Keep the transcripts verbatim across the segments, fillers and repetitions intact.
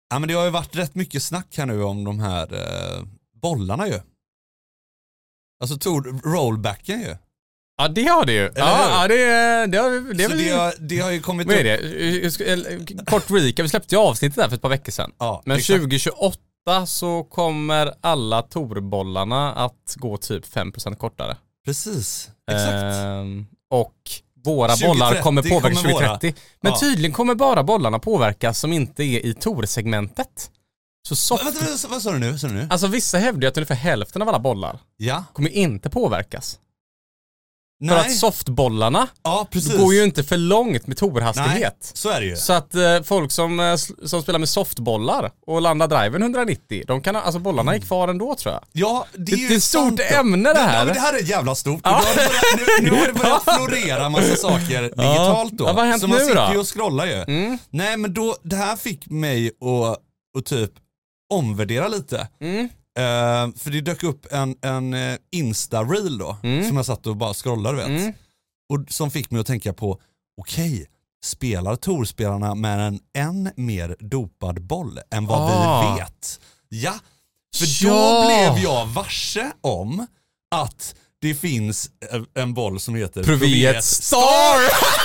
Ja, men det har ju varit rätt mycket snack här nu om de här eh, bollarna ju. Alltså tog rollbacken ju. Ja, det har det ju. Ja, ja, det, det, har, det, så det, har, det har ju kommit vad upp. är det? Kort recap, vi släppte ju avsnittet där för ett par veckor sedan. Ja, men exakt. tjugo tjugoåtta så kommer alla torbollarna att gå typ fem procent kortare. Precis, exakt. Ehm, och våra tjugo bollar trettio kommer påverkas kommer tjugo trettio. Men ja. tydligen kommer bara bollarna påverkas som inte är i torsegmentet. Så soft... vad, vad, vad sa du nu? Sa du nu? Alltså vissa hävdar att ungefär hälften av alla bollar Ja. kommer inte påverkas. Nej. För att softbollarna ja, precis. går ju inte för långt med torhastighet. Nej, så är det ju. Så att eh, folk som, eh, som spelar med softbollar och landar driven hundranittio, de kan, alltså bollarna är kvar ändå tror jag. Ja, det är Det, ju det är ett stort sant då. ämne det här. Ja, men det här är jävla stort. Ja. Nu, har det börjat, nu, nu har det börjat florera massa saker digitalt då. Ja, vad har hänt så man nu sitter då? ju och scrollar ju. Mm. Nej, men då, det här fick mig att, att typ omvärdera lite. Mm. Uh, för det dök upp en, en uh, Insta-reel då, Mm. som jag satt och bara scrollade vet. Mm. Och som fick mig att tänka på, okej, okay, spelar torspelarna med en än mer dopad boll än vad Ah. vi vet? Ja, för Ja. då blev jag varse om att det finns en boll som heter Provet Star!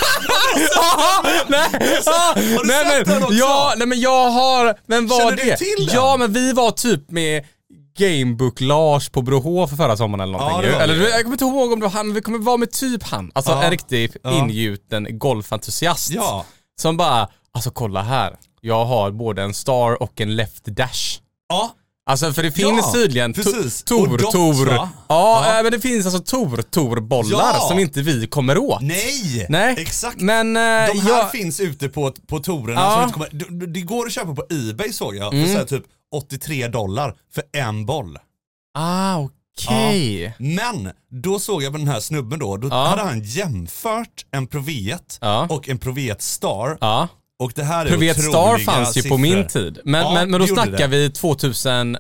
nej, ah, Har du nej, sett men, den också? ja, nej men jag har, men var Känner du det? till den? Ja, men vi var typ med Gamebook Lars på Brohof för förra sommaren eller någonting. Ja, det var eller vi. jag kommer inte ihåg om det var han, men vi kommer vara med typ han. Alltså Ja. en riktig Ja. ingjuten golfentusiast. Ja. Som bara, alltså kolla här. Jag har både en Star och en Left Dash. Ja, Alltså för det finns Ja, tydligen precis. to- tor, Och dots, tor. va? Ja, Ja. äh, men det finns alltså tor, torbollar Ja. som inte vi kommer åt. nej, Nej, exakt. Men eh, De här jag... finns ute på, på torerna Ja. som inte kommer, det, det går att köpa på eBay såg jag, för Mm. så här, typ åttiotre dollar för en boll. Ah, okej. Men då såg jag på den här snubben då, då Ja. hade han jämfört en Provet Ja. och en Provet Star. Ja. Och det här är Provet otroliga Star fanns ju siffror. på min tid. Men, Ja, men, men då det gjorde snackar det. vi tjugohundraåtta.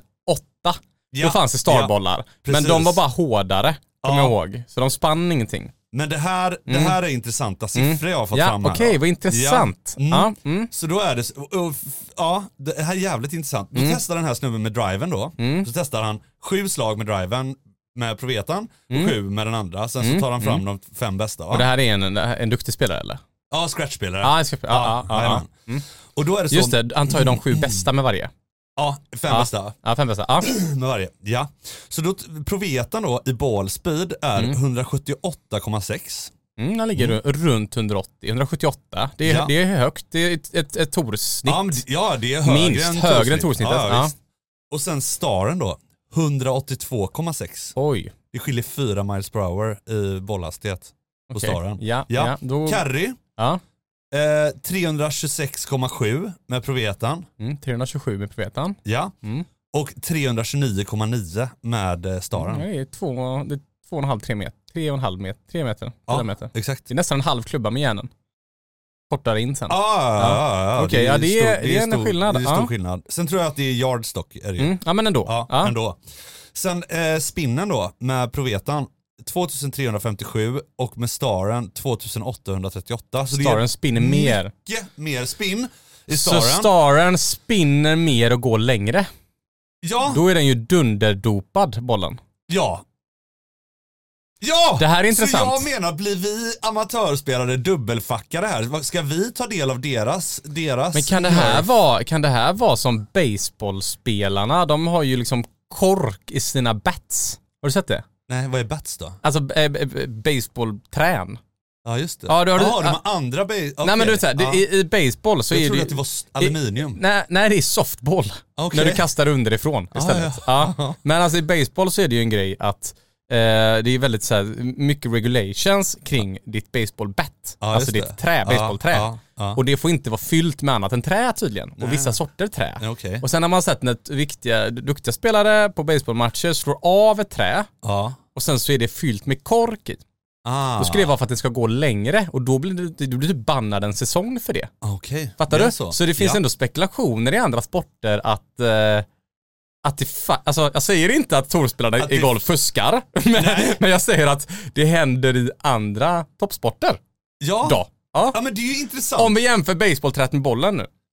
Ja. Då fanns det starbollar. Men precis. de var bara hårdare, kommer Ja. jag ihåg. Så de spann ingenting. Men det här, det Mm. här är intressanta siffror jag har fått Ja, fram här. okej, då. vad intressant. Ja. Mm. Ja, mm. Så då är det, och, och, ja, det här är jävligt intressant. Då Mm. testar den här snubben med driven då. Mm. Så testar han sju slag med driven med Provetan Mm. och sju med den andra. Sen Mm. så tar han fram Mm. de fem bästa. Va? Och det här är en, en duktig spelare eller? Ja, scratchspelare. Ja, jag ska, ja, ja, ja, ja. jajamän. Mm. Och då är det så, Just det, han tar ju de sju bästa med varje. ja, fem Ja. bästa Ja, fem bästa. Ja. med varje. Ja. Så då, Provetan då i ball speed är Mm. hundrasjuttioåtta komma sex. Mm, han ligger ru- runt hundraåttio, hundrasjuttioåtta. Det är, Ja. det är högt, det är ett, ett, ett torsnitt. Ja, men, ja, det är högre Minst än högre än torsnitt. torsnittet. Ja, Ja. visst. Och sen staren då, hundraåttiotvå komma sex. Oj. Det skiljer fyra miles per hour i bollhastighet på Okej. staren. Ja, Ja. ja. Då, Carry, ja. eh, trehundratjugosex komma sju med Provetan. Mm, trehundratjugosju med Provetan. Ja. Mm. Och trehundratjugonio komma nio med eh, staren. Mm, det är två, det är två och en halv, tre meter. Tre och en halv meter, tre meter, fyra Ja, meter. exakt. Det är nästan en halv klubba med järnen. Kortare in sen. Ah, ja, ja, ja. Okej, ja, det är- stor- det är en stor, skillnad. Det är stor Ja. skillnad. Sen tror jag att det är yardstock. Är det ju. Mm, ja men ändå. Ja, Ja. ändå. Sen eh, spinnen då med Provetan tvåtusentrehundrafemtiosju och med staren tvåtusenåttahundratrettioåtta. Så Staren spinner mer. mycket mer spinn i Så staren. staren spinner mer och går längre. ja, Då är den ju dunderdopad, bollen. ja. Ja! Det här är intressant. Så jag menar, blir vi amatörspelare dubbelfackade här? Ska vi ta del av deras... deras Men kan det här vara, kan det här vara som baseballspelarna? De har ju liksom kork i sina bats. Har du sett det? Nej, vad är bats då? Alltså äh, äh, baseballträn. Ja, just det. Ja, du har- Jaha, de ja. har andra... Ba- okay. Nej men du vet såhär, ja. det- i, i baseball så Jag är trodde det att det var s- aluminium. Nej, nej, det är softball. Okej. När du kastar underifrån istället. ja. Ja. Men alltså i baseball så är det ju en grej att eh, det är väldigt så här, mycket regulations kring ditt baseballbat. Ja, alltså just ditt det. trä, Ja, baseballträ. ja, ja. Och det får inte vara fyllt med annat än trä tydligen. Nej. Och vissa sorter trä. Ja, okej. Och sen har man sett när viktiga, duktiga spelare på baseballmatcher slår av ett trä Ja. och sen så är det fyllt med kork i. Ah. Då ska det vara för att det ska gå längre och då blir du, du blir du bannad en säsong för det. Okej. Fattar Det är du? Så, Så det finns ja. ändå spekulationer i andra sporter att eh, att det fa- alltså jag säger inte att torspelarna Att i det- golf fuskar, men, men jag säger att det händer i andra toppsporter. Ja. Då. Ja. Ja, men det är ju intressant. Om vi jämför baseballträt med bollen nu.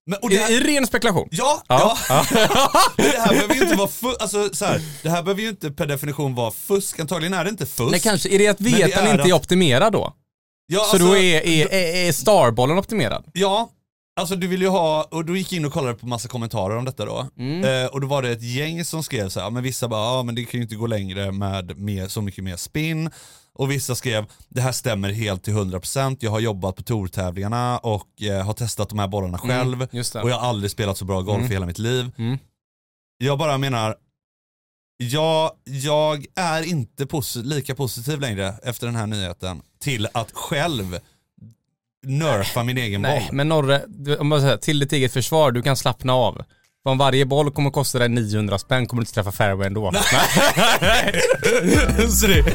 Men, och det här, I, I ren spekulation. Ja, ja. ja. Det här behöver ju inte vara fusk, alltså så här, det här behöver ju inte per definition vara fusk. Antagligen är det inte fusk. Nej, kanske är det att vetaren inte att... är optimerad då? Ja, så alltså, då är, är, är, är starbollen optimerad? Ja, alltså du vill ju ha, och du gick in och kollade på massa kommentarer om detta då. Mm. Eh, och då var det ett gäng som skrev så här, men vissa bara, ja men det kan ju inte gå längre med mer, så mycket mer spin. Och vissa skrev, det här stämmer helt till hundra procent. Jag har jobbat på tourtävlingarna och eh, har testat de här bollarna själv. Mm, och jag har aldrig spelat så bra golf mm. i hela mitt liv. Mm. Jag bara menar, jag, jag är inte posi- lika positiv längre efter den här nyheten till att själv nerfa min egen Nej, boll. men Norre, du, om man säger, till ditt eget försvar, du kan slappna av. För om varje boll kommer att kosta dig niohundra spänn kommer du inte träffa fairway ändå. Nej. Så det...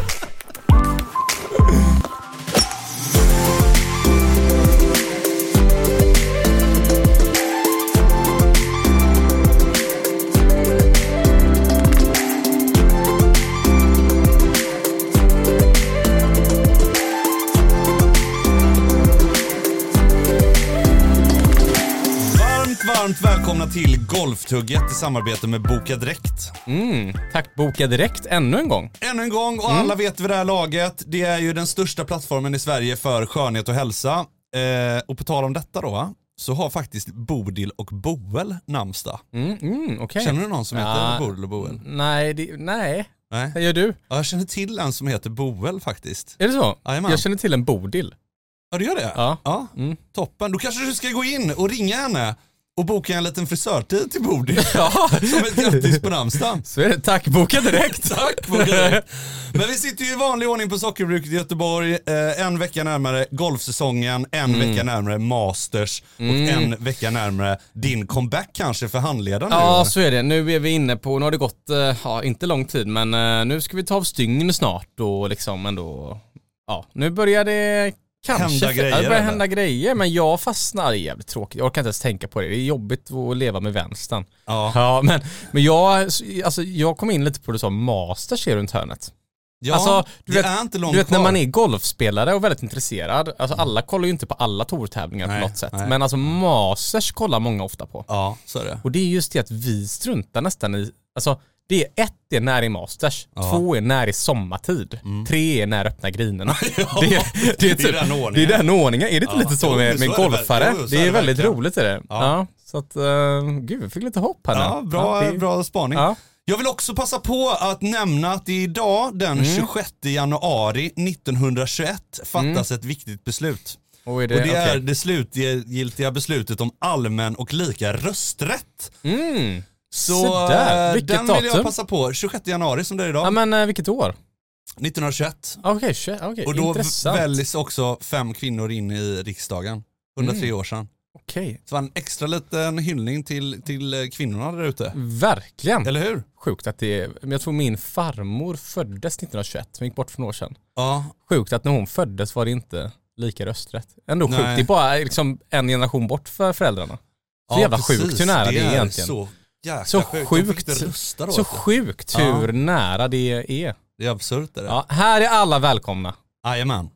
Varmt välkomna till Golftugget i samarbete med Boka Direkt. Mm, tack Boka Direkt ännu en gång. Ännu en gång och mm. alla vet vid det här laget. Det är ju den största plattformen i Sverige för skönhet och hälsa. Eh, och på tal om detta då, så har faktiskt Bodil och Boel namnsdag. Mm, mm, okay. Känner du någon som ja, heter Bodil och Boel? Nej, det, nej. nej. Vad gör du? Ja, jag känner till en som heter Boel faktiskt. Är det så? Jajamän. Jag känner till en Bodil. Ja, du gör det? Ja. ja. Mm. Toppen. Då kanske du ska gå in och ringa henne och boka en liten frisörtid till Bodil. Ja. Som ett grattis på namnsdagen. Så är det. Tack, Boka Direkt. Tack, Boka Direkt. Men vi sitter ju i vanlig ordning på Sockerbruket i Göteborg. Eh, en vecka närmare golfsäsongen, en mm. vecka närmare Masters mm. och en vecka närmare din comeback kanske för handledaren. Ja, nu. så är det. Nu är vi inne på, nu har det gått, ja, inte lång tid, men uh, nu ska vi ta av stygn snart och liksom ändå, ja, nu börjar det kanske hända grejer. Ja, det börjar hända grejer, men jag fastnar, det är jävligt tråkigt. Jag orkar inte ens tänka på det. Det är jobbigt att leva med vänstern. Ja. Ja, men, men jag, alltså, jag kom in lite på det som Masters är runt hörnet. Ja, alltså, du det vet, är inte långt du vet kvar. När man är golfspelare och väldigt intresserad, alltså alla kollar ju inte på alla tourtävlingar nej, på något sätt. nej. Men alltså Masters kollar många ofta på. Ja, så är det. Och det är just det att vi struntar nästan i, alltså det är ett är när i Masters, ja. två är när i sommartid, mm. tre är när öppna grinerna. ja, det, är, det, är typ, det är den ordningen. Det är den ordningen. Är det inte ja. lite så med, med så golfare? Det, jo, det är, är väldigt verkligen. roligt är det. Ja. Ja, så att, uh, gud, vi fick lite hopp här nu. Ja, bra, ja, det, bra spaning. Ja. Jag vill också passa på att nämna att det idag den mm. tjugosjätte januari nittonhundratjugoett fattas mm. ett viktigt beslut. Och, är det, och det okay. är det slutgiltiga beslutet om allmän och lika rösträtt. Mm. Så, Så där. Vilket den datum? vill jag passa på. tjugosjätte januari som det är idag. Ja, men uh, vilket år? nittonhundratjugoett. Okej, okay, okay. Och då intressant. väljs också fem kvinnor in i riksdagen. hundratre mm. år sedan. Okej. Okay. Så var en extra liten hyllning till, till kvinnorna där ute. Verkligen. Eller hur? Sjukt att det är, jag tror min farmor föddes nittonhundratjugoett, som gick bort för några år sedan. Ja. Sjukt att när hon föddes var det inte lika rösträtt. Ändå Nej. sjukt, det är bara liksom en generation bort för föräldrarna. Så ja, jävla precis. sjukt hur nära det, det är egentligen. Så jäkla så sjukt, sjukt, rösta då, så alltså. sjukt hur ja. nära det är. Det är absurt är det. Ja, här är alla välkomna. Jajamän.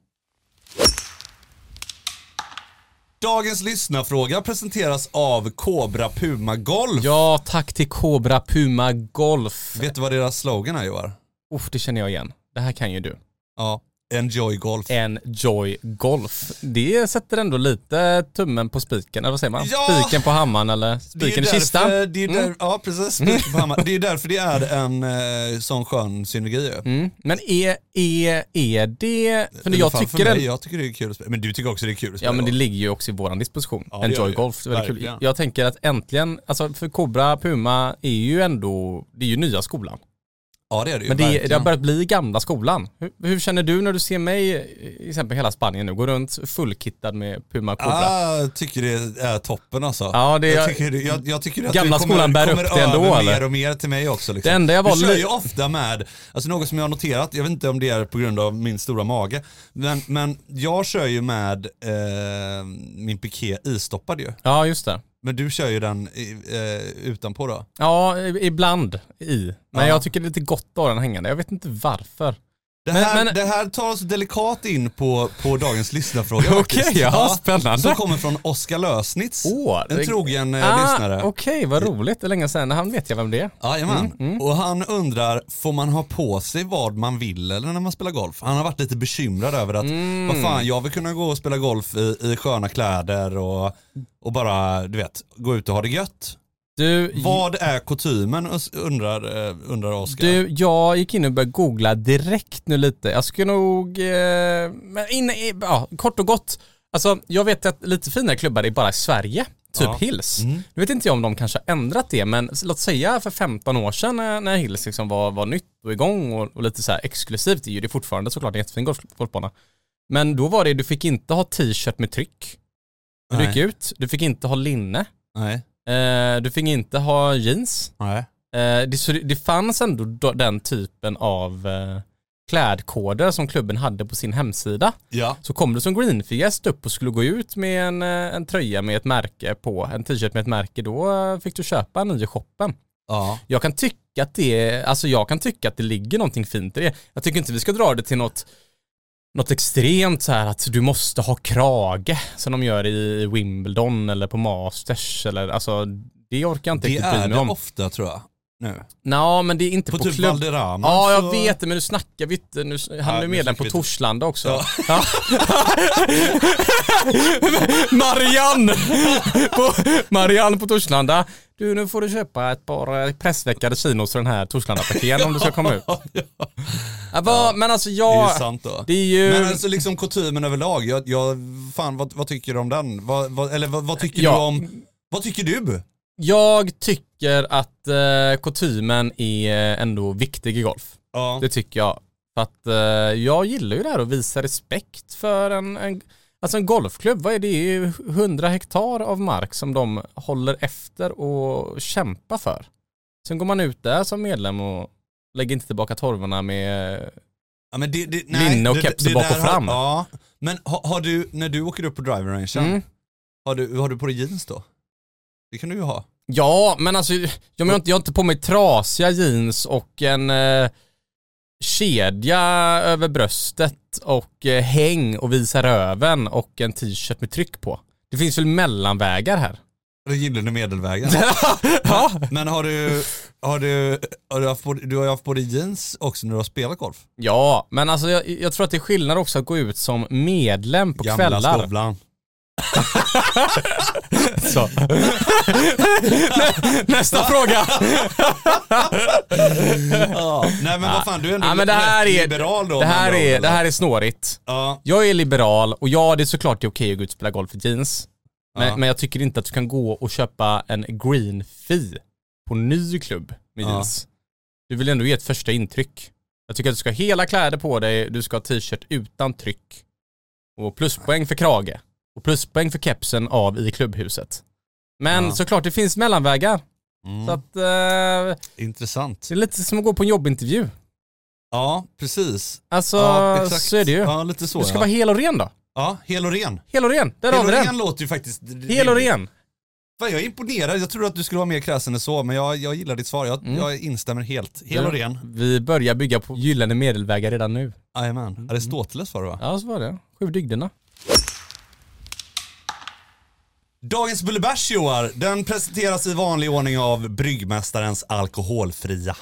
Dagens lyssnarfråga presenteras av Cobra Puma Golf. Ja, tack till Cobra Puma Golf. Vet du vad deras slogan är, Joar? Uff, det känner jag igen. Det här kan ju du. Ja, enjoy golf. Enjoy golf. Det sätter ändå lite tummen på spiken, eller vad säger man? Ja! Spiken på hammaren eller spiken i kistan. Det är där, mm. Ja, precis. Spiken på hammaren. Det är därför det är en eh, sån skön synergi. Mm. Men är, är, är det... För I jag fall tycker för mig, en... jag tycker det är kul att spela. Men du tycker också det är kul att spela. Ja, men det ligger ju också i våran disposition. Ja, Enjoy det golf. Det är väldigt kul. Verkligen. Jag tänker att äntligen, alltså för Cobra Puma är ju ändå, det är ju nya skolan. Ja, det är det ju. Men det, verkligen. det har börjat bli gamla skolan. Hur, hur känner du när du ser mig, i exempel hela Spanien nu, gå runt fullkittad med Puma Cobra? Ah, jag tycker det är toppen alltså. Ja, det är, jag, tycker, jag, jag tycker att gamla det kommer, skolan bär kommer upp det ändå, över eller? mer och mer till mig också. Liksom. Det enda jag var du kör ju li- ofta med, alltså något som jag har noterat, jag vet inte om det är på grund av min stora mage, men, men jag kör ju med eh, min piké istoppad ju. Ja, just det. Men du kör ju den eh, utanpå då? Ja, ibland i. Men ja. jag tycker det är lite gott att ha den hängande. Jag vet inte varför. Det här, men, men... det här tar oss delikat in på, på dagens lyssnarfråga. Okej, okay, ja, ja, spännande. Som kommer från Oskar Lösnitz, oh, en det... trogen ah, lyssnare. Okej, okay, vad roligt. Det är länge sedan. Han vet jag vem det är. Jajamän. Mm, mm. Och han undrar, får man ha på sig vad man vill eller när man spelar golf? Han har varit lite bekymrad över att, mm. vad fan, jag vill kunna gå och spela golf i, i sköna kläder och, och bara, du vet, gå ut och ha det gött. Du, vad är kutymen, undrar, undrar Oskar. Du, jag gick in och började googla direkt nu lite. Jag ska nog, eh, men in, ja, kort och gott. Alltså, jag vet att lite finare klubbar är bara i Sverige. Typ ja. Hills. Mm. Nu vet inte jag om de kanske har ändrat det, men låt säga för femton år sedan när, när Hills liksom var, var nytt och igång och, och lite så här exklusivt. Det är ju det fortfarande såklart en jättefin golf, golfbana. Men då var det, du fick inte ha t-shirt med tryck. Du gick ut, du fick inte ha linne. Nej. Uh, du fick inte ha jeans. Nej. Uh, det, så det, det fanns ändå do, den typen av uh, klädkoder som klubben hade på sin hemsida. Ja. Så kom du som greenfest upp och skulle gå ut med en, uh, en tröja med ett märke på, en t-shirt med ett märke, då uh, fick du köpa en ny shoppen. Ja. Jag kan tycka att det, alltså jag kan tycka att det ligger någonting fint i det. Jag tycker inte vi ska dra det till något Något extremt så här att du måste ha krage som de gör i Wimbledon eller på Masters eller alltså det orkar jag inte det riktigt bry mig om. Det är det ofta tror jag nu. Nå, men det är inte på, på typ klubb. Valderrama. Ja, jag så... vet det, men du snackar vi inte nu. Han är ja, medlem på Torslanda också. Ja. Ja. Marianne på Marianne på Torslanda. Du, nu får du köpa ett par pressveckade chinos för den här Torslanda-paketen om du ska komma ut. Ja, ja. Ja, vad, men alltså jag... Det är ju sant då. Det är ju... Men alltså liksom kutymen överlag, jag, jag, fan, vad, vad tycker du om den? Vad, vad, eller vad, vad tycker ja. du om... Vad tycker du? Jag tycker att eh, kutymen är ändå viktig i golf. Ja. Det tycker jag. För att eh, jag gillar ju det här att visa respekt för en, en, alltså en golfklubb. Vad är det? Det är ju hundra hektar av mark som de håller efter och kämpar för. Sen går man ut där som medlem och lägger inte tillbaka torvarna med ja, men det, det, nej, linne och det, keps det, det bak och fram. Har, ja, men har, har du, när du åker upp på driver rangen, mm. har, du, har du på dig jeans då? Det kan du ju ha. Ja, men alltså jag, jag, har, inte, jag har inte på mig trasiga jeans och en eh, kedja över bröstet och eh, häng och visa röven och en t-shirt med tryck på. Det finns väl mellanvägar här? Det gyllene medelvägen. Ja. Men, men har du har du har du haft på, du har haft på dig jeans också när du har spelat golf? Ja, men alltså jag, jag tror att det är skillnad också att gå ut som medlem på gamla kvällar. Skovlan. Så. Nä, nästa fråga. Ja, nej men vad fan, du är ändå ja, men det här är, liberal då. Det här är, det här är snårigt. Ja. Jag är liberal och ja, det är såklart det är okej att gå ut och spela golf i jeans. Men, ja. men jag tycker inte att du kan gå och köpa en green fee på ny klubb med jeans. Ja. Du vill ändå ge ett första intryck. Jag tycker att du ska ha hela kläder på dig, du ska ha t-shirt utan tryck. Och pluspoäng för krage. Och pluspoäng för kepsen av i klubbhuset. Men ja. såklart det finns mellanvägar. Mm. Så att... Eh, intressant. Det är lite som att gå på en jobbintervju. Ja, precis. Alltså, ja, så är det ju. Ja, lite så, du ska ja. vara hel och ren då. Ja, hel och ren. Hel och ren, där hel har vi den. Hel och ren låter ju faktiskt... Hel och ren. Fan, jag är imponerad. Jag tror att du skulle vara mer kräsen än så, men jag, jag gillar ditt svar. Jag, mm. jag instämmer helt. Hel och ren. Vi börjar bygga på gyllene medelvägar redan nu. Jajamän. Mm. Aristoteles var det va? Ja, så var det. Sju dygderna. Dagens Bullebärs, Joar, den presenteras i vanlig ordning av Bryggmästarens alkoholfria.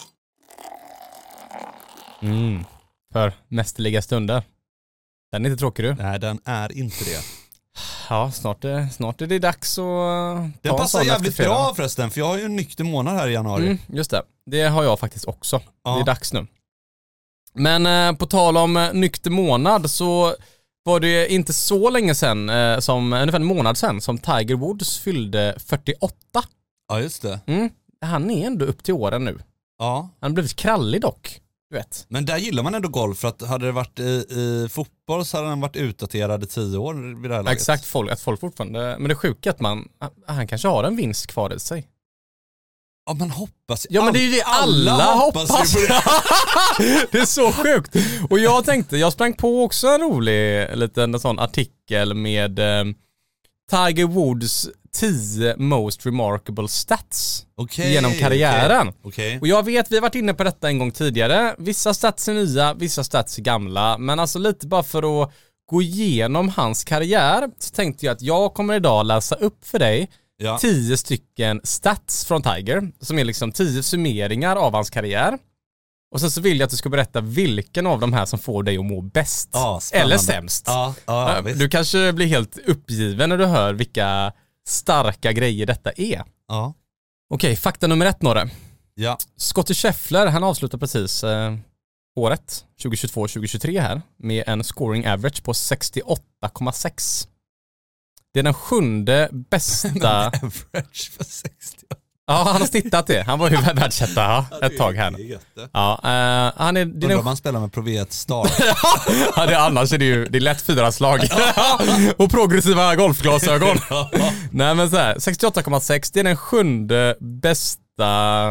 Mm. För mästerliga stunder. Den är inte tråkig du. Nej, den är inte det. Ja, snart är, snart är det dags att ta. Den passar jävligt bra förresten, för jag har ju en nykter månad här i januari. Mm, just det. Det har jag faktiskt också. Ja. Det är dags nu. Men eh, på tal om eh, nykter månad så var det inte så länge sedan, eh, som ungefär en månad sedan, som Tiger Woods fyllde fyrtioåtta. Ja, just det. Mm. Han är ändå upp till åren nu. Ja. Han har blivit krallig dock, du vet. Men där gillar man ändå golf, för att hade det varit i, i fotboll så hade han varit utdaterad i tio år vid det här laget. Exakt, folk, att folk fortfarande, men det är sjukt att man, han kanske har en vinst kvar i sig. Ja, man hoppas. Ja, men det är ju det alla, alla hoppas. hoppas. Det. Det är så sjukt. Och jag tänkte, jag sprang på också en rolig liten sån artikel med eh, Tiger Woods tio most remarkable stats okay, genom karriären. Okay, okay. Och jag vet, vi har varit inne på detta en gång tidigare. Vissa stats är nya, vissa stats är gamla. Men alltså lite bara för att gå igenom hans karriär så tänkte jag att jag kommer idag läsa upp för dig ja. tio stycken stats från Tiger. Som är liksom tio summeringar av hans karriär. Och sen så vill jag att du ska berätta vilken av de här som får dig att må bäst. Ja, eller sämst. Ja, ja, du kanske blir helt uppgiven när du hör vilka starka grejer detta är. Ja. Okej, fakta nummer ett, Norre. Ja. Scottie Scheffler, han avslutar precis eh, året tjugohundratjugotvå tjugohundratjugotre här med en scoring average på sextioåtta komma sex. Det är den sjunde bästa... average på sextioåtta. Ja, han har tittat det. Han var ju världsetta ja, ett tag här. Ja, uh, han är... Det är man spelar med Provet Star. Ja, det, annars är det ju det är lätt fyraslag. Och progressiva golfglasögon. Nej, men så här, sextioåtta komma sex, det är den sjunde bästa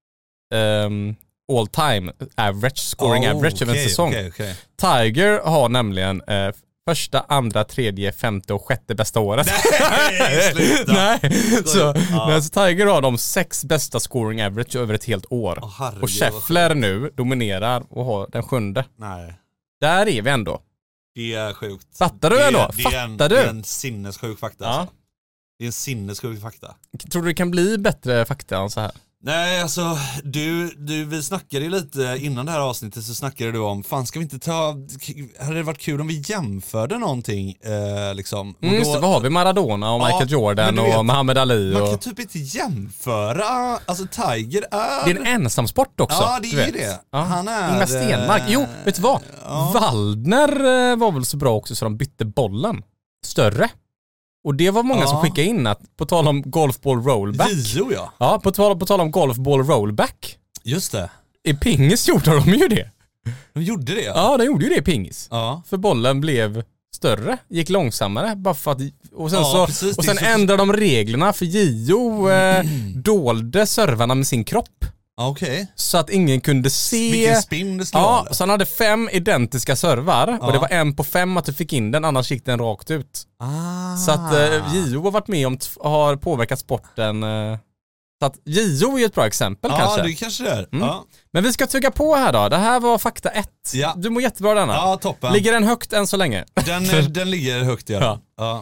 um, all time average, scoring oh, average över okay, en säsong. Okay, okay. Tiger har nämligen uh, första, andra, tredje, femte och sjätte bästa året. Nej, sluta. Nej. Så, ja. Men så Tiger har de sex bästa scoring average över ett helt år. Oh, herregud, och Scheffler nu dominerar och har den sjunde. Nej. Där är vi ändå. Det är sjukt. Fattar du det, ändå? Det Fattar är en, du? Det är en sinnessjuk fakta. Ja. Alltså. Det är en sinnessjuk fakta. Tror du det kan bli bättre fakta än så här? Nej, alltså du, du, vi snackade ju lite innan det här avsnittet så snackade du om, fan ska vi inte ta, hade det varit kul om vi jämförde någonting eh, liksom. Och mm, just det, vad har vi? Maradona och Michael ja, Jordan och vet, Muhammad Ali. Och... Man kan typ inte jämföra, alltså Tiger är... Det är en ensamsport också. Ja, det är det. Ja. Han är... Ingmar Stenmark. Jo, vet du vad? Ja. Waldner var väl så bra också så de bytte bollen. Större. Och det var många ja. som skickade in att, på tal om golfball rollback. Jo, ja. Ja, på tal, på tal om golfball rollback. Just det. I pingis gjorde de ju det. De gjorde det? Ja, ja de gjorde ju det i pingis. Ja. För bollen blev större, gick långsammare. Bara för att, och sen, ja, så, precis, och sen så... ändrade de reglerna för J O eh, dolde servarna med sin kropp. Okej. Okay. Så att ingen kunde se... Vilken spin det slår. Ja, så han hade fem identiska servar. Ja. Och det var en på fem att du fick in den, annars gick den rakt ut. Ah. Så att eh, J O har varit med om, t- har påverkat sporten. Eh, så att J O är ett bra exempel ja, kanske. Ja, det kanske det är. Mm. Ja. Men vi ska tugga på här då. Det här var fakta ett. Ja. Du mår jättebra denna. Ja, toppen. Ligger den högt än så länge? Den, den ligger högt, ja. Ja. Ja.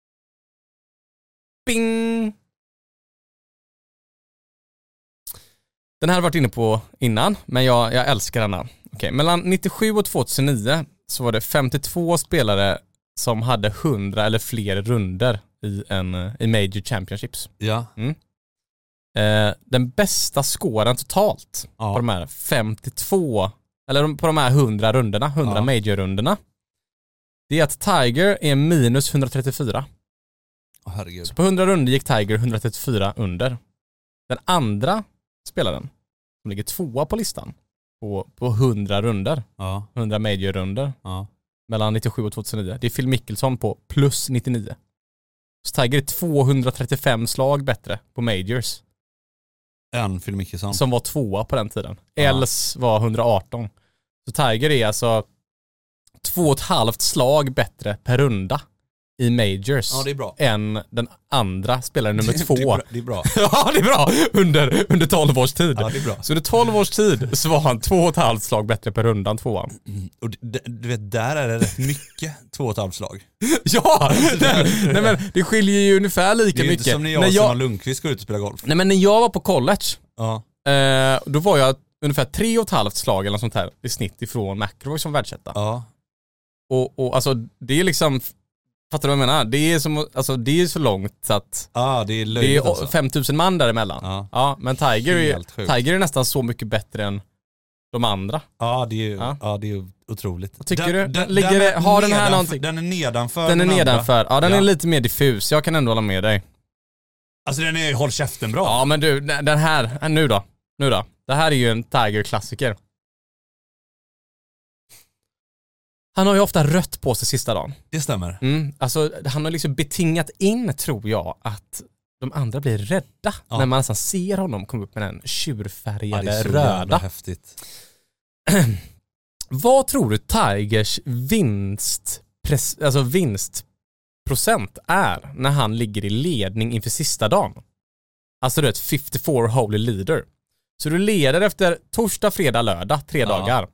Bing! Den här har jag varit inne på innan, men jag, jag älskar denna. Okay. Mellan nittiosju och tvåtusen nio så var det femtiotvå spelare som hade hundra eller fler runder i, en, i Major Championships. Ja. Mm. Eh, den bästa scoren totalt ja. på de här femtiotvå, eller på de här hundra runderna, hundra ja. Major-runderna, det är att Tiger är minus etthundratrettiofyra. Oh, herregud. Så på hundra runder gick Tiger etthundratrettiofyra under. Den andra spelaren som ligger tvåa på listan på, på hundra runder, ja. hundra major-runder ja. mellan nittiosju och tvåtusen nio. Det är Phil Mickelson på plus nittionio. Så Tiger är tvåhundratrettiofem slag bättre på majors än Phil Mickelson som var tvåa på den tiden. Ja. Els var hundraarton. Så Tiger är alltså två och ett halvt slag bättre per runda i majors ja, det är bra. Än den andra spelaren nummer det, två. Det är bra. Det är bra. Ja, det är bra. Under, under tolv års tid. Ja, det är bra. Så under tolv års tid så var han två och ett halvt slag bättre per rundan tvåan. Mm. Och du, du vet, där är det rätt mycket två och ett halvt slag. Ja! nej, nej, men det skiljer ju ungefär lika mycket. Det är mycket. inte som när jag och Simon Lundqvist går ut och spelar golf. Nej, men när jag var på college, ja. eh, då var jag ungefär tre och ett halvt slag eller något sånt här i snitt ifrån McIlroy som världsetta. Ja. Och, och alltså, det är liksom... Fattar du vad jag menar? Det är, som, alltså, det är så långt så att ah, det är, löjligt, det är alltså. femtusen man däremellan. Ja. Ja, men Tiger är, Tiger är nästan så mycket bättre än de andra. Ja, det är, ja. Ja, det är otroligt. Vad tycker den, du? Den, ligger den har den här nedanför, någonting? Den är nedanför. Den är den nedanför. Andra. Ja, den ja. är lite mer diffus. Jag kan ändå hålla med dig. Alltså den är håll käften bra. Ja, men du, den här, nu då. Nu då. Det här är ju en Tiger-klassiker. Han har ju ofta rött på sig sista dagen. Det stämmer. Mm, alltså, han har liksom betingat in, tror jag, att de andra blir rädda ja. när man nästan ser honom komma upp med den tjurfärgade ja, det är så röda. Häftigt. Vad tror du Tigers vinst, pres, alltså vinst procent är när han ligger i ledning inför sista dagen. Alltså du vet femtiofyra holy leader. Så du leder efter torsdag, fredag, lördag, tre ja. dagar.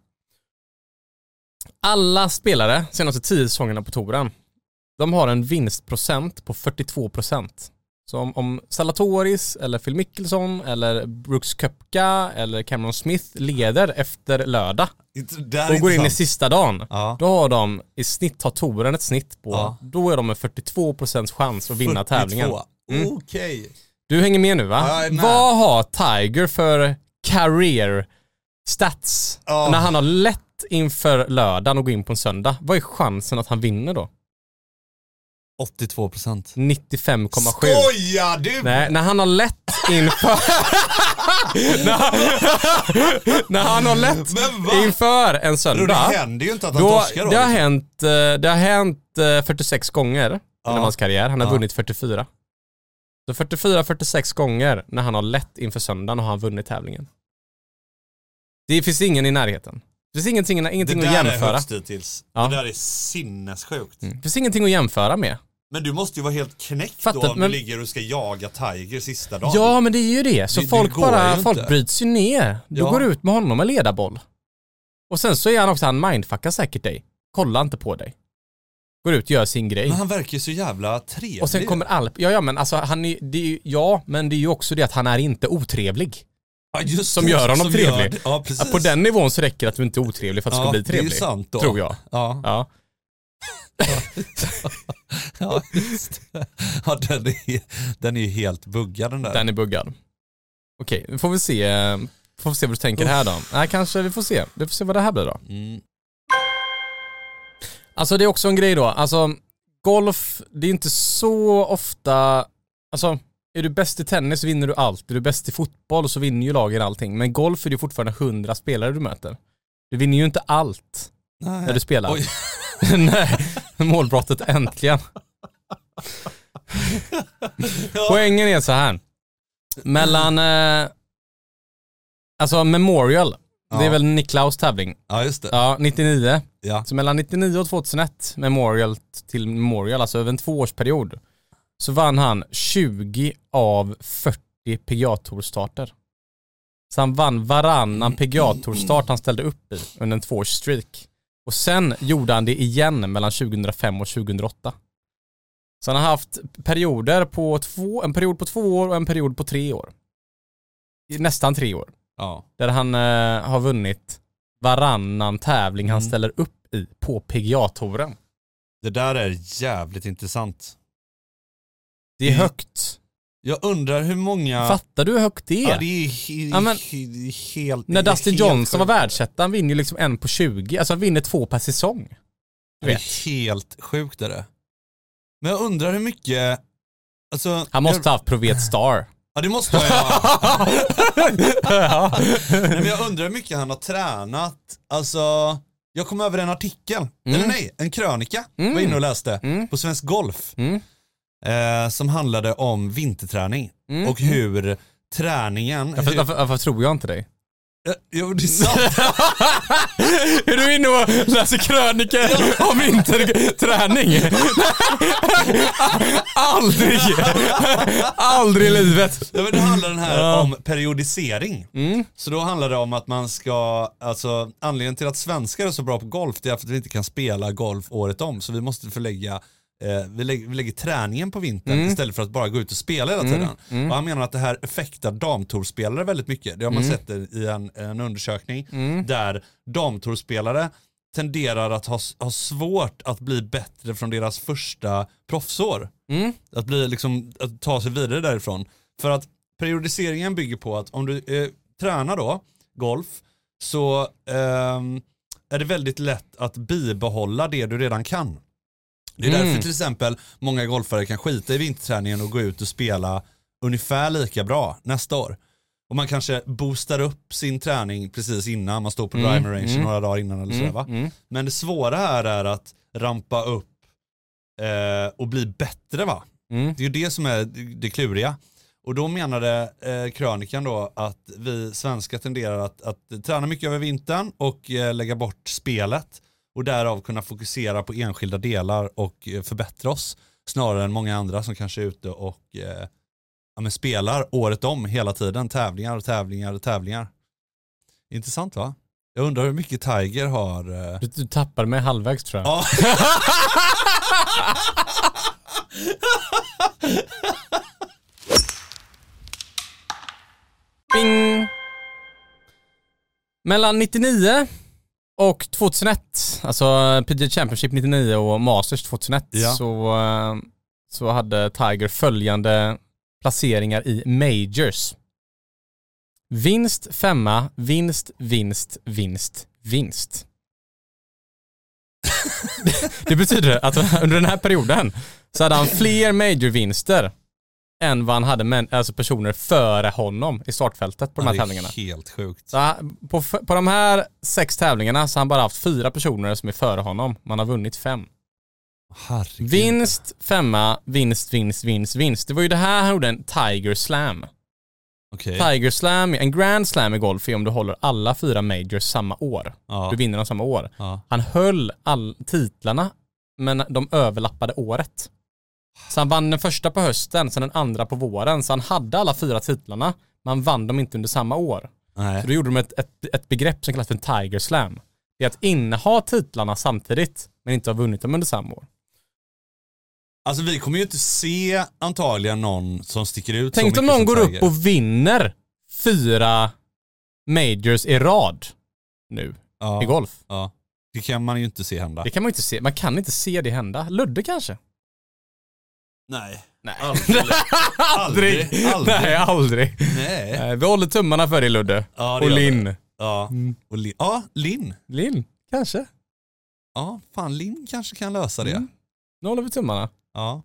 Alla spelare senaste tio säsongerna på touren, de har en vinstprocent på fyrtiotvå procent. Så om, om Salatoris eller Phil Mickelson eller Brooks Koepka eller Cameron Smith leder efter lördag och går in sant. i sista dagen, ja. då har de i snitt, har touren ett snitt på, ja. då är de med fyrtiotvå procent chans att vinna fyrtiotvå. Tävlingen. Mm. Okej. Okay. Du hänger med nu va? Ja, vad har Tiger för career stats oh. när han har lätt inför lördagen och går in på en söndag? Vad är chansen att han vinner då? åttiotvå procent. nittiofem komma sju. Skoja du! Nej, när han har lätt inför när, han, när han har lätt inför en söndag. Det händer ju inte att han då, torskar då. Det har hänt, det har hänt fyrtiosex gånger ja. under hans karriär. Han har ja. vunnit fyrtiofyra. Så fyrtiofyra fyrtiosex gånger när han har lätt inför söndagen och har han vunnit tävlingen. Det finns ingen i närheten. Det finns ingenting, ingenting att jämföra. Det där är högst hittills. Ja. Det där är sinnessjukt. Mm. Det finns ingenting att jämföra med. Men du måste ju vara helt knäckt Fattat, då om men... du ligger och ska jaga Tiger sista dagen. Ja, men det är ju det. Så det, folk det bara, folk bryts ju ner. Du ja. går ut med honom med ledarboll. Och sen så är han också, han mindfuckar säkert dig. Kolla inte på dig. Går ut och gör sin grej. Men han verkar ju så jävla trevlig. Och sen kommer Alp. Ja, ja, men alltså han är, det är ju, ja, men det är ju också det att han är inte otrevlig. Ja, just som det, gör honom som trevlig. Gör ja, precis. På den nivån så räcker det att du inte är otrevlig för att du ja, ska bli trevlig. Det är sant då. Tror jag. Ja. Ja. ja, just det. Ja, den är, den är ju helt buggad den där. Den är buggad. Okej, nu får vi se. Får vi se vad du tänker här då. Nej, kanske vi får se. Vi får se vad det här blir då. Mm. Alltså det är också en grej då. Alltså golf, det är inte så ofta. Alltså är du bäst i tennis så vinner du allt. Är du bäst i fotboll så vinner ju lagen allting. Men golf är det fortfarande hundra spelare du möter. Du vinner ju inte allt. Nej. När du spelar. Nej, målbrottet äntligen. Ja. Poängen är så här. Mellan eh, alltså Memorial. Ja. Det är väl Niklaus tävling. Ja, just det. Ja, nittionio. Ja. Så mellan nittionio och tvåtusenett Memorial till Memorial, alltså över en tvåårsperiod, så vann han tjugo av fyrtio P G A-tour-starter. Så han vann varannan P G A-tour-start han ställde upp i under en tvåårsstreak. Och sen gjorde han det igen mellan tjugohundrafem och tjugohundraåtta. Så han har haft perioder på två, en period på två år och en period på tre år. Nästan tre år. Ja. Där han eh, har vunnit varannan tävling han mm. ställer upp i på P G A-touren. Det där är jävligt intressant. Det är högt. Jag undrar hur många... Fattar du hur högt det är? Ja, det är he- ja, men, he- helt... När Dustin helt Johnson var världsetta, han vinner ju liksom en på tjugo. Alltså han vinner två per säsong. Du det vet. är helt sjukt är det. Men jag undrar hur mycket... Alltså, han måste jag... ha haft Provet Star. Ja, det måste jag ha. ja. Men jag undrar hur mycket han har tränat. Alltså, jag kom över en artikel. Mm. Eller nej, en krönika. Mm. Var inne och läste. Mm. På Svensk Golf. Mm. Eh, som handlade om vinterträning. Mm. Och hur träningen... Varför, hur... varför, varför tror jag inte dig? Jo, det är sant. Är du inne och läser krönikor om vinterträning? Aldrig. Aldrig i livet. Ja, men det handlar den här ja. om periodisering. Mm. Så då handlar det om att man ska, alltså anledningen till att svenskar är så bra på golf, det är för att vi inte kan spela golf året om. Så vi måste förlägga Eh, vi, lägger, vi lägger träningen på vintern mm. istället för att bara gå ut och spela hela tiden. Mm. Mm. Och han menar att det här effektar damtourspelare väldigt mycket. Det har man mm. sett i en, en undersökning mm. där damtourspelare tenderar att ha, ha svårt att bli bättre från deras första proffsår. Mm. Att, bli, liksom, att ta sig vidare därifrån. För att periodiseringen bygger på att om du eh, tränar då golf så eh, är det väldigt lätt att bibehålla det du redan kan. Det är därför mm. till exempel många golfare kan skita i vinterträningen och gå ut och spela ungefär lika bra nästa år. Och man kanske boostar upp sin träning precis innan man står på driving range mm. några dagar innan eller mm. sådär va. Mm. Men det svåra här är att rampa upp eh, och bli bättre va. Mm. Det är ju det som är det kluriga. Och då menade eh, krönikan då att vi svenskar tenderar att, att träna mycket över vintern och eh, lägga bort spelet. Och därav kunna fokusera på enskilda delar och förbättra oss. snarare än många andra som kanske är ute och eh, ja, men spelar året om hela tiden. Tävlingar och tävlingar och tävlingar. Intressant va? Jag undrar hur mycket Tiger har... Eh... Du, du tappar mig halvvägs tror jag. Ja. Bing! Mellan nittionio och tvåtusenett, alltså P G A Championship nittionio och Masters tvåtusenett, ja. så, så hade Tiger följande placeringar i Majors. Vinst, femma, vinst, vinst, vinst, vinst. Det betyder att under den här perioden så hade han fler major-vinster än vad han hade men, alltså personer före honom i startfältet på de här tävlingarna. Det är helt sjukt. Så på, på de här sex tävlingarna så har han bara haft fyra personer som är före honom. Man har vunnit fem. Herregud. Vinst, femma, vinst, vinst, vinst, vinst. Det var ju det här han gjorde en Tiger Slam. Okay. Tiger Slam, en Grand Slam i golf är om du håller alla fyra majors samma år. Ja. Du vinner dem samma år. Ja. Han höll all titlarna men de överlappade året. Så han vann den första på hösten, sen den andra på våren. Så han hade alla fyra titlarna, men han vann dem inte under samma år. Nej. Så då gjorde de ett, ett, ett begrepp som kallas för en Tiger Slam. Det är att inneha titlarna samtidigt, men inte ha vunnit dem under samma år. Alltså vi kommer ju inte se antagligen någon som sticker ut. Tänk om någon går Tiger. upp och vinner fyra majors i rad nu ja. i golf. Ja. Det kan man ju inte se hända. Det kan man inte se. Man kan inte se det hända. Ludde kanske? Nej. Nej. Aldrig. aldrig. aldrig. Nej, aldrig. Nej. Vi håller tummarna för dig, Ludde. Ja, och Linn. Ja. Mm. Och Lin. Ja, Linn. Linn, kanske. Ja, fan Linn kanske kan lösa det. Mm. Nu håller vi tummarna. Ja.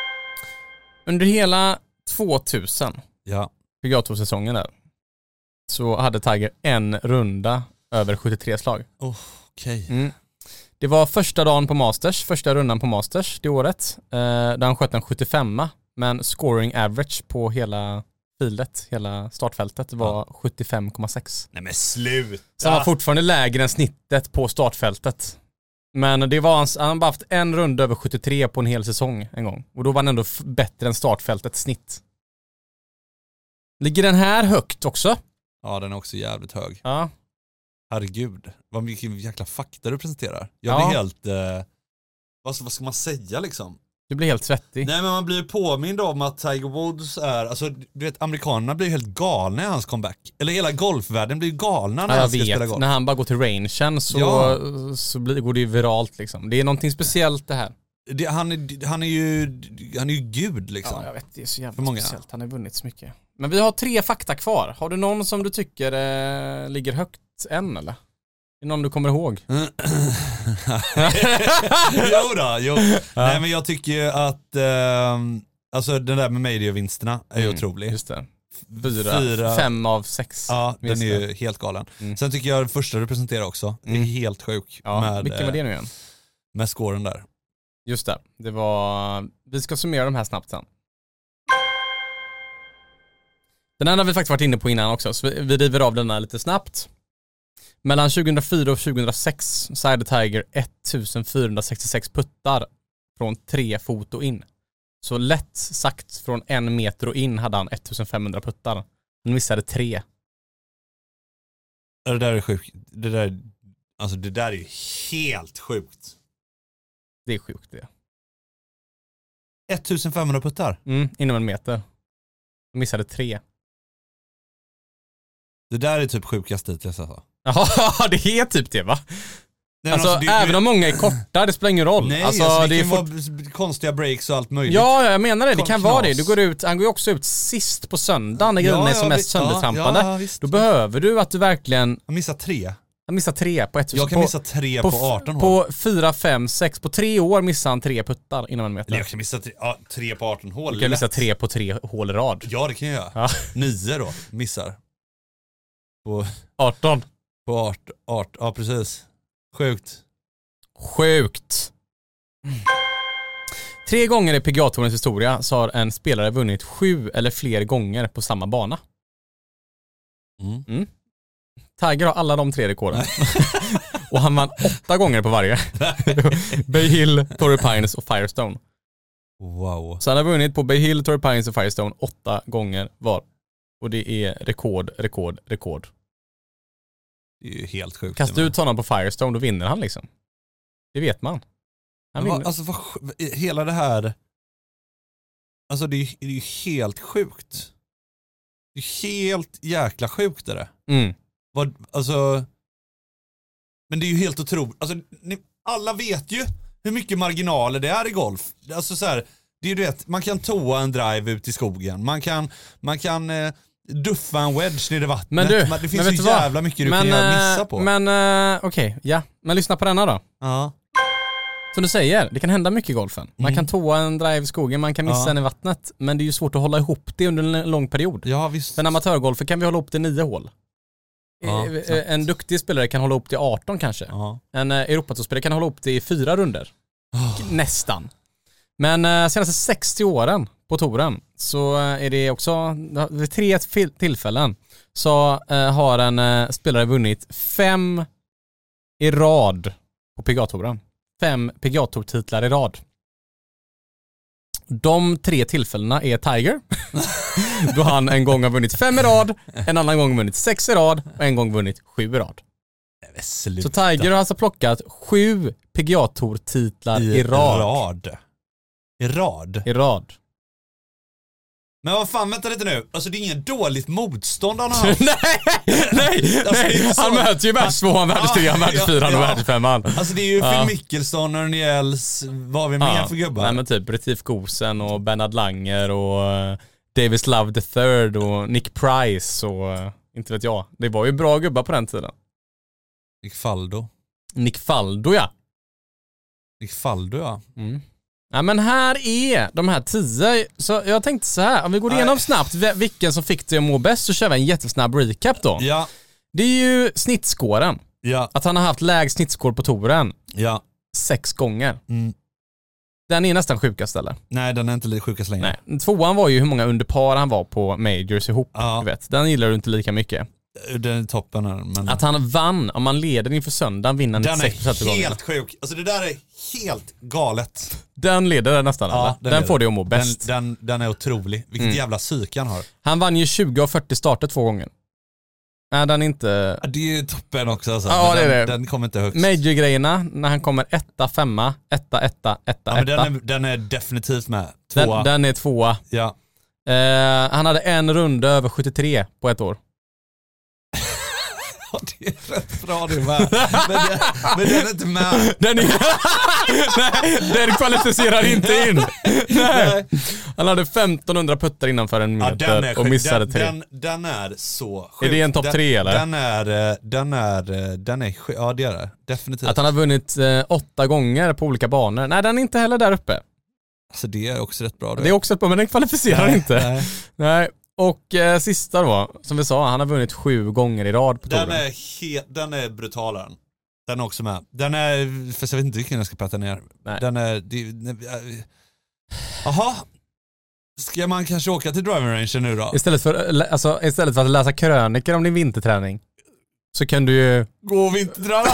Under hela tvåtusen, ja. P G A Tour-säsongen där, så hade Tiger en runda över sjuttiotre slag. Oh, okej. Okay. Mm. Det var första dagen på Masters, första rundan på Masters det året, eh, där han sköt en sjuttiofem, men scoring average på hela filet, hela startfältet var ja. sjuttiofem komma sex. Nej men sluta! Så han var fortfarande lägre än snittet på startfältet. Men det var hans, han har bara haft en runda över sjuttiotre på en hel säsong en gång. Och då var han ändå f- bättre än startfältets snitt. Ligger den här högt också? Ja, den är också jävligt hög. Ja. Herregud, vad mycket jäkla fakta du presenterar. Jag blir ja. helt... Eh, vad, vad ska man säga liksom? Du blir helt svettig. Nej, men man blir påmind om att Tiger Woods är... Alltså, du vet, amerikanerna blir helt galna i hans comeback. Eller hela golfvärlden blir galna när ja, han ska vet. spela golf. När han bara går till rangen så, ja. så blir, går det ju viralt liksom. Det är någonting speciellt det här. Det, han, är, han, är ju, han är ju gud liksom. Ja, jag vet. Det är så jävla speciellt. Han har vunnit så mycket. Men vi har tre fakta kvar. Har du någon som du tycker eh, ligger högt än eller? Är det någon du kommer ihåg? jo då, jo. Ja. Nej men jag tycker ju att eh, alltså den där med major-vinsterna är ju mm, otrolig. Just det. Fyra, Fyra, fem av sex. Ja, den är ju helt galen. Mm. Sen tycker jag det första du presenterar också mm. är helt sjuk. Ja, med, vilken var det nu igen? Med scoren där. Just det, det var... Vi ska summera de här snabbt sen. Den här har vi faktiskt varit inne på innan också, så vi, vi river av den här lite snabbt. Mellan tjugohundrafyra och tjugohundrasex så hade Tiger ettusendfyrahundrasextiosex puttar från tre fot och in. Så lätt sagt från en meter och in hade han ettusenfemhundra puttar. Han missade tre. Det där är sjukt. Det där, alltså det där är ju helt sjukt. Det är sjukt det. ettusenfemhundra puttar? Mm, inom en meter. Han missade tre. Det där är typ sjukast hittills alltså. Ja, det är typ det va? Nej, alltså, alltså det, även om många är korta, det spelar ingen roll. Nej, alltså, alltså, det, det kan fort... vara konstiga breaks och allt möjligt. Ja, jag menar det. Det kan Knas. vara det. Du går ut, han går ju också ut sist på söndagen när grejerna ja, är som mest söndertrampade. Ja, ja, Då behöver du att du verkligen... Jag missar tre. Jag missar tre på ett Jag kan på, missa tre på, på arton hål. På fyra, fem, sex, på tre år missar han tre puttar inom en meter. Eller jag kan missa tre, ja, tre på arton hål. Du kan missa tre på tre hål i rad. Ja, det kan jag göra. Ja. Nio då, missar. På arton. På arton, arton, ja precis. Sjukt. Sjukt. Tre gånger i P G A-tourens historia så har en spelare vunnit sju eller fler gånger på samma bana. Mm. Mm. Tiger har alla de tre rekorden. Och han vann åtta gånger på varje. Bay Hill, Torrey Pines och Firestone. Wow. Så han har vunnit på Bay Hill, Torrey Pines och Firestone åtta gånger var. Och det är rekord, rekord, rekord. Det är ju helt sjukt. Kastar ut honom på Firestone, då vinner han liksom. Det vet man. Han Men, vinner. alltså vad, hela det här... Alltså det är, det är ju helt sjukt. Det är helt jäkla sjukt det där. Mm. Vad, alltså... Men det är ju helt otroligt. Alltså, ni, alla vet ju hur mycket marginaler det är i golf. Alltså så här, det är ju rätt. Man kan toa en drive ut i skogen. Man kan, man kan eh, duffa en wedge ner i vattnet. Men du, det finns men vet ju du vad? jävla mycket du men, kan missa på. Men uh, okej, okay, ja. Men lyssna på denna då. Ja. Som du säger, det kan hända mycket i golfen. Man Mm. kan toa en drive i skogen, man kan missa Ja. en i vattnet. Men det är ju svårt att hålla ihop det under en lång period. Ja, visst. För en amatörgolfer kan vi hålla ihop till nio hål. Ja, Eh, sant. en duktig spelare kan hålla upp till arton kanske. Ja. En eh, Europatourspelare kan hålla upp till fyra runder. Oh. Nästan. Men eh, senaste sextio åren på touren så eh, är det också vid tre fil- tillfällen så eh, har en eh, spelare vunnit fem i rad på P G A-touren. Fem P G A-tour-titlar i rad. De tre tillfällena är Tiger. Då han en gång har vunnit fem i rad, en annan gång vunnit sex i rad och en gång vunnit sju i rad. Sluta. Så Tiger har alltså plockat sju P G A-tour-titlar i, i rad. rad. I rad? I rad. Men vad fan, vänta lite nu. Alltså det är ingen dåligt motstånd han har. nej, nej, Alltså, nej. det är så- Han möter ju världstvåan, världstrean, Ja, världsfyran och ja. världsfemman. Alltså det är ju Ja. Phil Mickelson och Niels, vad har vi mer för gubbar? Nej men typ Retief Goosen och Bernhard Langer och uh, Davis Love the third och Nick Price och uh, inte vet jag. Det var ju bra gubbar på den tiden. Nick Faldo. Nick Faldo, ja. Nick Faldo, ja. Mm. Ja men här är de här tio, så jag tänkte så här, om vi går igenom Nej. snabbt vilken som fick det att må bäst så kör vi en jättesnabb recap då. Ja, Det är ju snittskåren, ja, att han har haft lägst snittskår på touren ja. sex gånger. Mm. Den är nästan sjukast eller? Nej, den är inte lite sjukast längre. Nej. Tvåan var ju hur många under par han var på majors ihop, Ja. du vet. Den gillar du inte lika mycket. Den är toppen här, men... Att han vann, om man leder inför söndagen vinner den nittiosex procent av är gångerna. helt sjuk. Alltså det där är helt galet. Den leder nästan alla. Den, leder. får det att må bäst. Den, den, den är otrolig. Vilket Mm. jävla psyke han har. Han vann ju tjugo av fyrtio starter två gånger. Nej, den är inte... Ja, det är ju toppen också alltså. Ja, Men det är den, det. den kommer inte högst. Major-grejerna, när han kommer etta, femma, etta, etta, etta, Ja, men den, etta. är, den är definitivt med. Tvåa. Den, den är tvåa. Ja. Eh, han hade en runda över sjuttiotre på ett år. Ja, det är rätt bra det med. Men, det, men den är inte med. Den, är... Nej, den kvalificerar inte in. Nej. Han hade femtonhundra puttar innanför en Ja, meter den är och sjuk. missade den, tre. Den, den är så sjuk. Är det en topp Den- tre, eller? Den är, eh, den är, eh, den är sjuk. Ja, det är det. Definitivt. Att han har vunnit eh, åtta gånger på olika banor. Nej, den är inte heller där uppe. Alltså det är också rätt bra. Det är också ett bra, men den kvalificerar nej, inte. Nej. Nej. Och eh, sista då, som vi sa, han har vunnit sju gånger i rad på Den touren. är, he- den är brutal den. Den är också med. Den är, för jag vet inte vilken jag ska prata ner. Nej. Den är, det- det- jaha. Ska man kanske åka till driving range nu då? Istället för, alltså, istället för att läsa krönikor om din vinterträning så kan du ju... Gå vinterdra.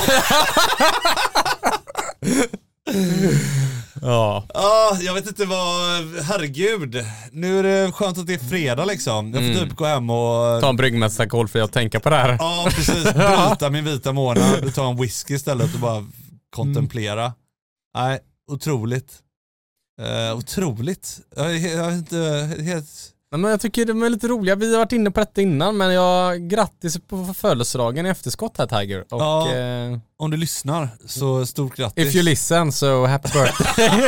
Ja. Ja, jag vet inte vad, herregud. Nu är det skönt att det är fredag liksom. Jag får Mm. typ gå hem och... Ta en bryggmästarkolfri och tänka på det här. Ja, precis. Bryta min vita månad. Ta en whisky istället och bara kontemplera. Nej, otroligt. Uh, otroligt. Jag, jag, jag är inte helt... Nej, men jag tycker de är lite roliga. Vi har varit inne på detta innan, men jag grattis på födelsedagen i efterskott här, Tiger. Och, Ja. eh, Om du lyssnar så stort grattis. if you listen, so happy birthday.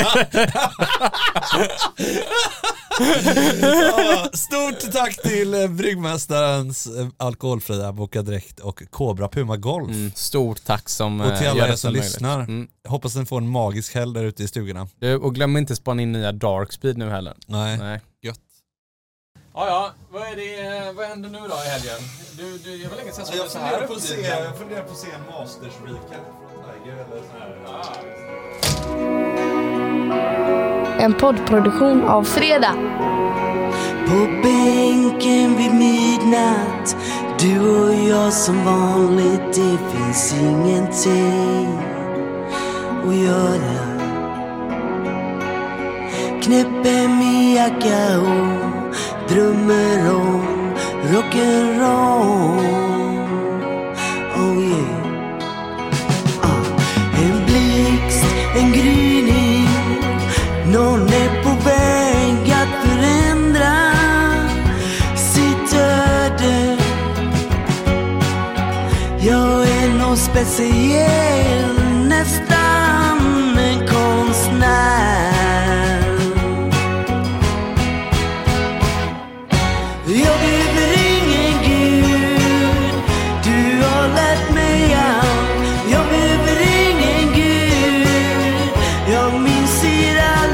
Ja, stort tack till eh, Bryggmästarens eh, alkoholfria Boka Direkt och Cobra Puma Golf. Mm, stort tack som Och till eh, alla gör er detta som möjligt. lyssnar. Mm. Hoppas ni får en magisk helg där ute i stugorna. Du, och glöm inte spana in nya Dark Speed nu heller. Nej, Nej. gött. Ja, ja. Vad är det, vad händer nu då i helgen? Du, du, jag var länge sedan Jag funderar på att se, jag funderar på att se en Masters recap från Tiger eller så här. En poddproduktion av Fredag. På bänken vid midnatt, du och jag som vanligt, det finns ingenting att göra. knäpper min jacka och drömmer om rock'n'roll. Oh yeah. ah. En blixt, en gryning, någon är på väg att förändra sitt öde. Jag är någon speciell, nästan en konstnär. Jag behöver ingen Gud, du har lärt mig allt. Jag behöver ingen Gud, jag minns era